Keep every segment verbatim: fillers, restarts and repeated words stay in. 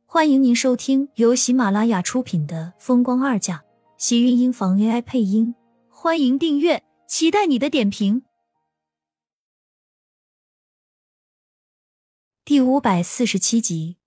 欢迎您收听由喜马拉雅出品的《风光二嫁》，喜运音房 A I 配音。欢迎订阅，期待你的点评。第五百四十七集。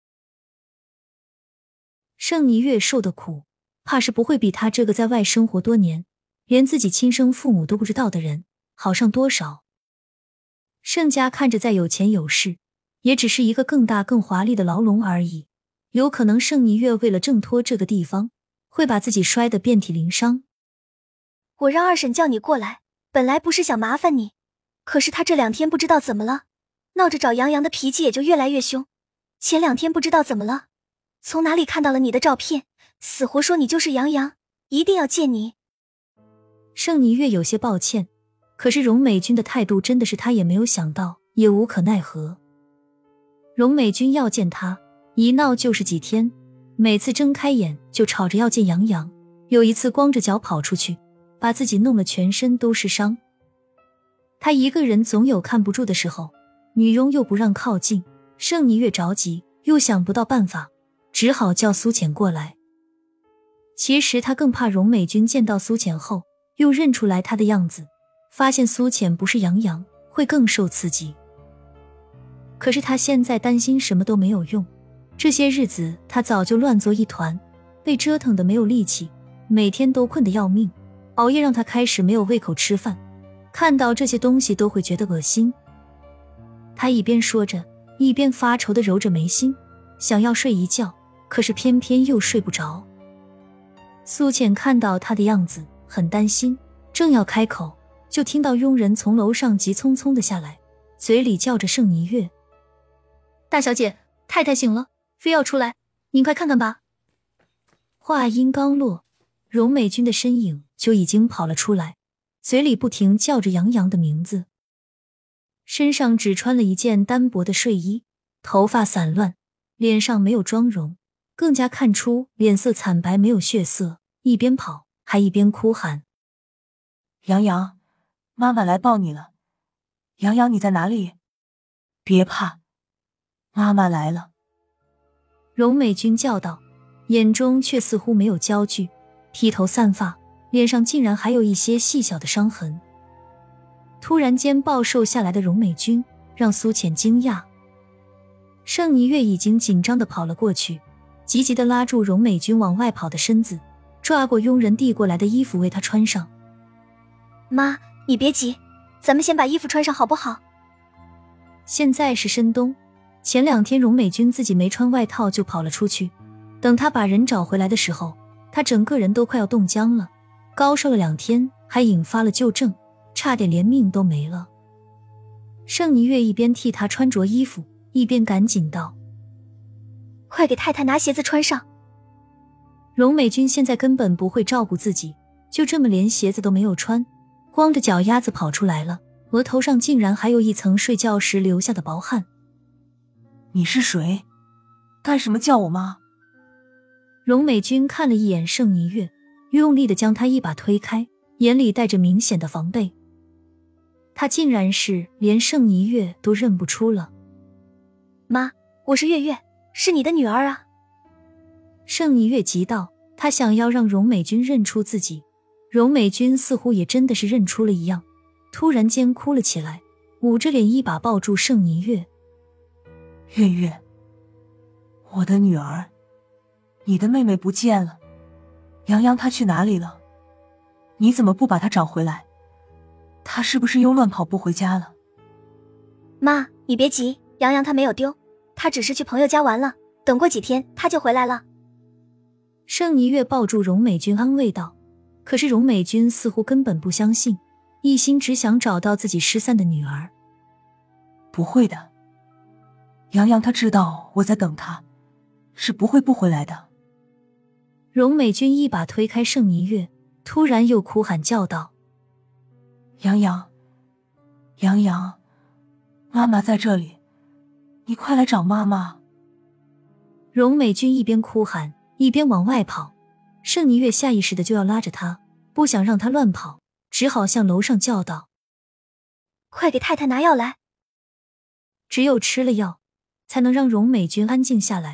盛霓月受的苦，怕是不会比他这个在外生活多年，连自己亲生父母都不知道的人好上多少。盛家看着再有钱有势，也只是一个更大更华丽的牢笼而已。有可能盛霓月为了挣脱这个地方，会把自己摔得遍体鳞伤。 我让二婶叫你过来，本来不是想麻烦你，可是她这两天不知道怎么了，闹着找杨洋的脾气也就越来越凶。前两天不知道怎么了，从哪里看到了你的照片，死活说你就是杨洋，一定要见你。 盛霓月有些抱歉，可是荣美君的态度真的是他也没有想到，也无可奈何。荣美君要见他，一闹就是几天，每次睁开眼就吵着要见杨洋，有一次光着脚跑出去，把自己弄了全身都是伤。他一个人总有看不住的时候，女佣又不让靠近，盛霓月着急，又想不到办法，只好叫苏浅过来。其实他更怕荣美君见到苏浅后又认出来他的样子，发现苏浅不是杨洋，会更受刺激。可是他现在担心什么都没有用，这些日子他早就乱作一团，被折腾得没有力气，每天都困得要命，熬夜让他开始没有胃口吃饭，看到这些东西都会觉得恶心。他一边说着，一边发愁地揉着眉心，想要睡一觉，可是偏偏又睡不着。苏浅看到他的样子很担心，正要开口，就听到佣人从楼上急匆匆地下来，嘴里叫着盛霓月： 大小姐，太太醒了，非要出来，您快看看吧。 话音刚落，荣美君的身影就已经跑了出来，嘴里不停叫着杨洋的名字。身上只穿了一件单薄的睡衣，头发散乱，脸上没有妆容，更加看出脸色惨白没有血色，一边跑还一边哭喊： 杨洋，妈妈来抱你了。杨洋，你在哪里？别怕，妈妈来了。 荣美君叫道，眼中却似乎没有焦距，披头散发，脸上竟然还有一些细小的伤痕。突然间暴瘦下来的荣美君让苏浅惊讶。盛霓月已经紧张地跑了过去，急急地拉住荣美君往外跑的身子，抓过佣人递过来的衣服为她穿上。 妈，你别急，咱们先把衣服穿上好不好？ 现在是深冬，前两天荣美君自己没穿外套就跑了出去，等她把人找回来的时候，她整个人都快要冻僵了，高烧了两天，还引发了旧症，差点连命都没了。盛霓月一边替她穿着衣服，一边赶紧道： 快给太太拿鞋子穿上。 荣美君现在根本不会照顾自己，就这么连鞋子都没有穿，光着脚丫子跑出来了，额头上竟然还有一层睡觉时留下的薄汗。 你是谁？干什么叫我妈？ 荣美君看了一眼盛霓月，用力地将她一把推开，眼里带着明显的防备。她竟然是连盛霓月都认不出了。 妈，我是月月，是你的女儿啊。 盛霓月急道，她想要让荣美君认出自己，荣美君似乎也真的是认出了一样，突然间哭了起来，捂着脸一把抱住盛霓月。 月月，我的女儿，你的妹妹不见了，杨洋她去哪里了？你怎么不把她找回来？她是不是又乱跑不回家了？ 妈，你别急，杨洋他没有丢，他只是去朋友家玩了，等过几天他就回来了。 盛霓月抱住荣美君安慰道，可是荣美君似乎根本不相信，一心只想找到自己失散的女儿。 不会的，杨洋他知道我在等他，是不会不回来的。 荣美君一把推开盛霓月，突然又哭喊叫道： 杨洋，杨洋，妈妈在这里，你快来找妈妈。 荣美君一边哭喊一边往外跑，盛霓月下意识的就要拉着她，不想让她乱跑，只好向楼上叫道： 快给太太拿药来。 只有吃了药，才能让荣美君安静下来，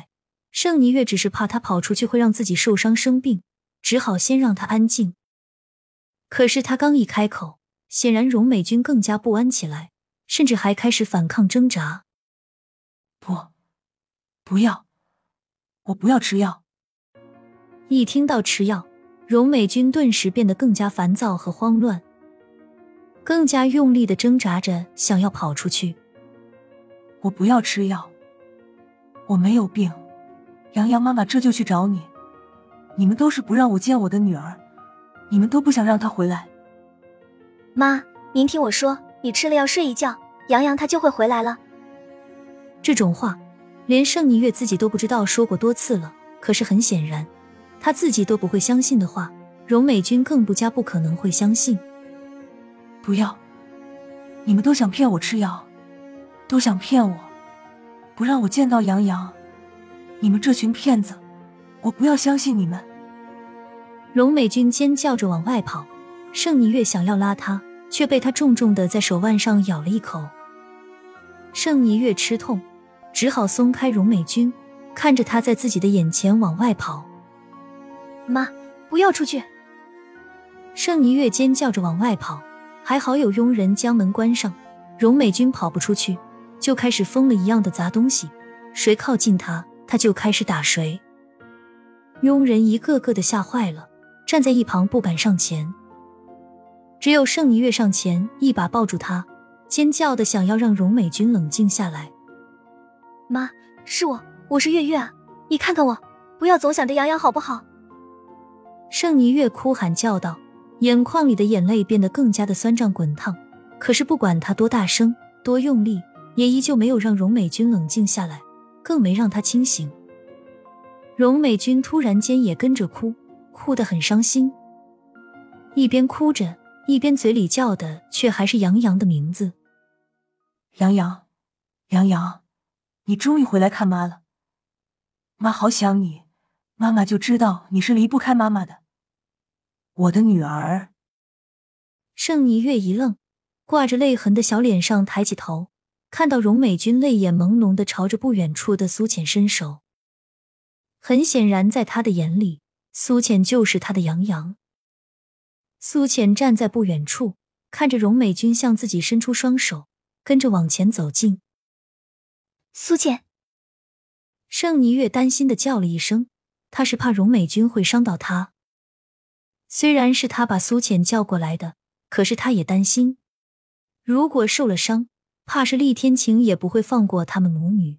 盛霓月只是怕他跑出去会让自己受伤生病，只好先让他安静。可是他刚一开口，显然荣美君更加不安起来，甚至还开始反抗挣扎。 不，不要，我不要吃药。 一听到吃药，荣美君顿时变得更加烦躁和慌乱，更加用力地挣扎着想要跑出去。 我不要吃药，我没有病，洋洋妈妈这就去找你。你们都是不让我见我的女儿，你们都不想让她回来。 妈，您听我说，你吃了药睡一觉，洋洋她就会回来了。 这种话连盛霓月自己都不知道说过多次了，可是很显然她自己都不会相信的话，荣美君更不加不可能会相信。 不要，你们都想骗我吃药，都想骗我，不让我见到洋洋。你们这群骗子，我不要相信你们。 荣美君尖叫着往外跑，盛霓月想要拉她，却被她重重地在手腕上咬了一口。盛霓月吃痛，只好松开荣美君，看着她在自己的眼前往外跑。 妈，不要出去！ 盛霓月尖叫着往外跑，还好有佣人将门关上，荣美君跑不出去，就开始疯了一样的砸东西，谁靠近她，她就开始打谁。佣人一个个的吓坏了，站在一旁不敢上前。只有盛霓月上前一把抱住她，尖叫的想要让荣美君冷静下来。 妈，是我，我是月月啊，你看看我，不要总想着洋洋好不好？ 盛霓月哭喊叫道，眼眶里的眼泪变得更加的酸胀滚烫，可是不管她多大声多用力，也依旧没有让荣美君冷静下来，更没让她清醒。荣美君突然间也跟着哭，哭得很伤心，一边哭着一边嘴里叫的却还是洋洋的名字。 洋洋，洋洋，你终于回来看妈了，妈好想你，妈妈就知道你是离不开妈妈的，我的女儿。 盛霓月一愣，挂着泪痕的小脸上抬起头，看到荣美君泪眼朦胧地朝着不远处的苏浅伸手。很显然在他的眼里，苏浅就是他的洋洋。苏浅站在不远处，看着荣美君向自己伸出双手，跟着往前走近。 苏浅。 盛霓月担心地叫了一声，他是怕荣美君会伤到他。虽然是他把苏浅叫过来的，可是他也担心，如果受了伤，怕是厉天晴也不会放过他们母女。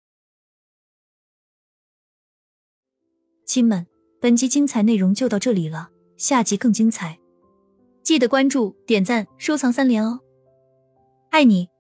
亲们，本集精彩内容就到这里了，下集更精彩， 记得关注、点赞、收藏三连哦！爱你。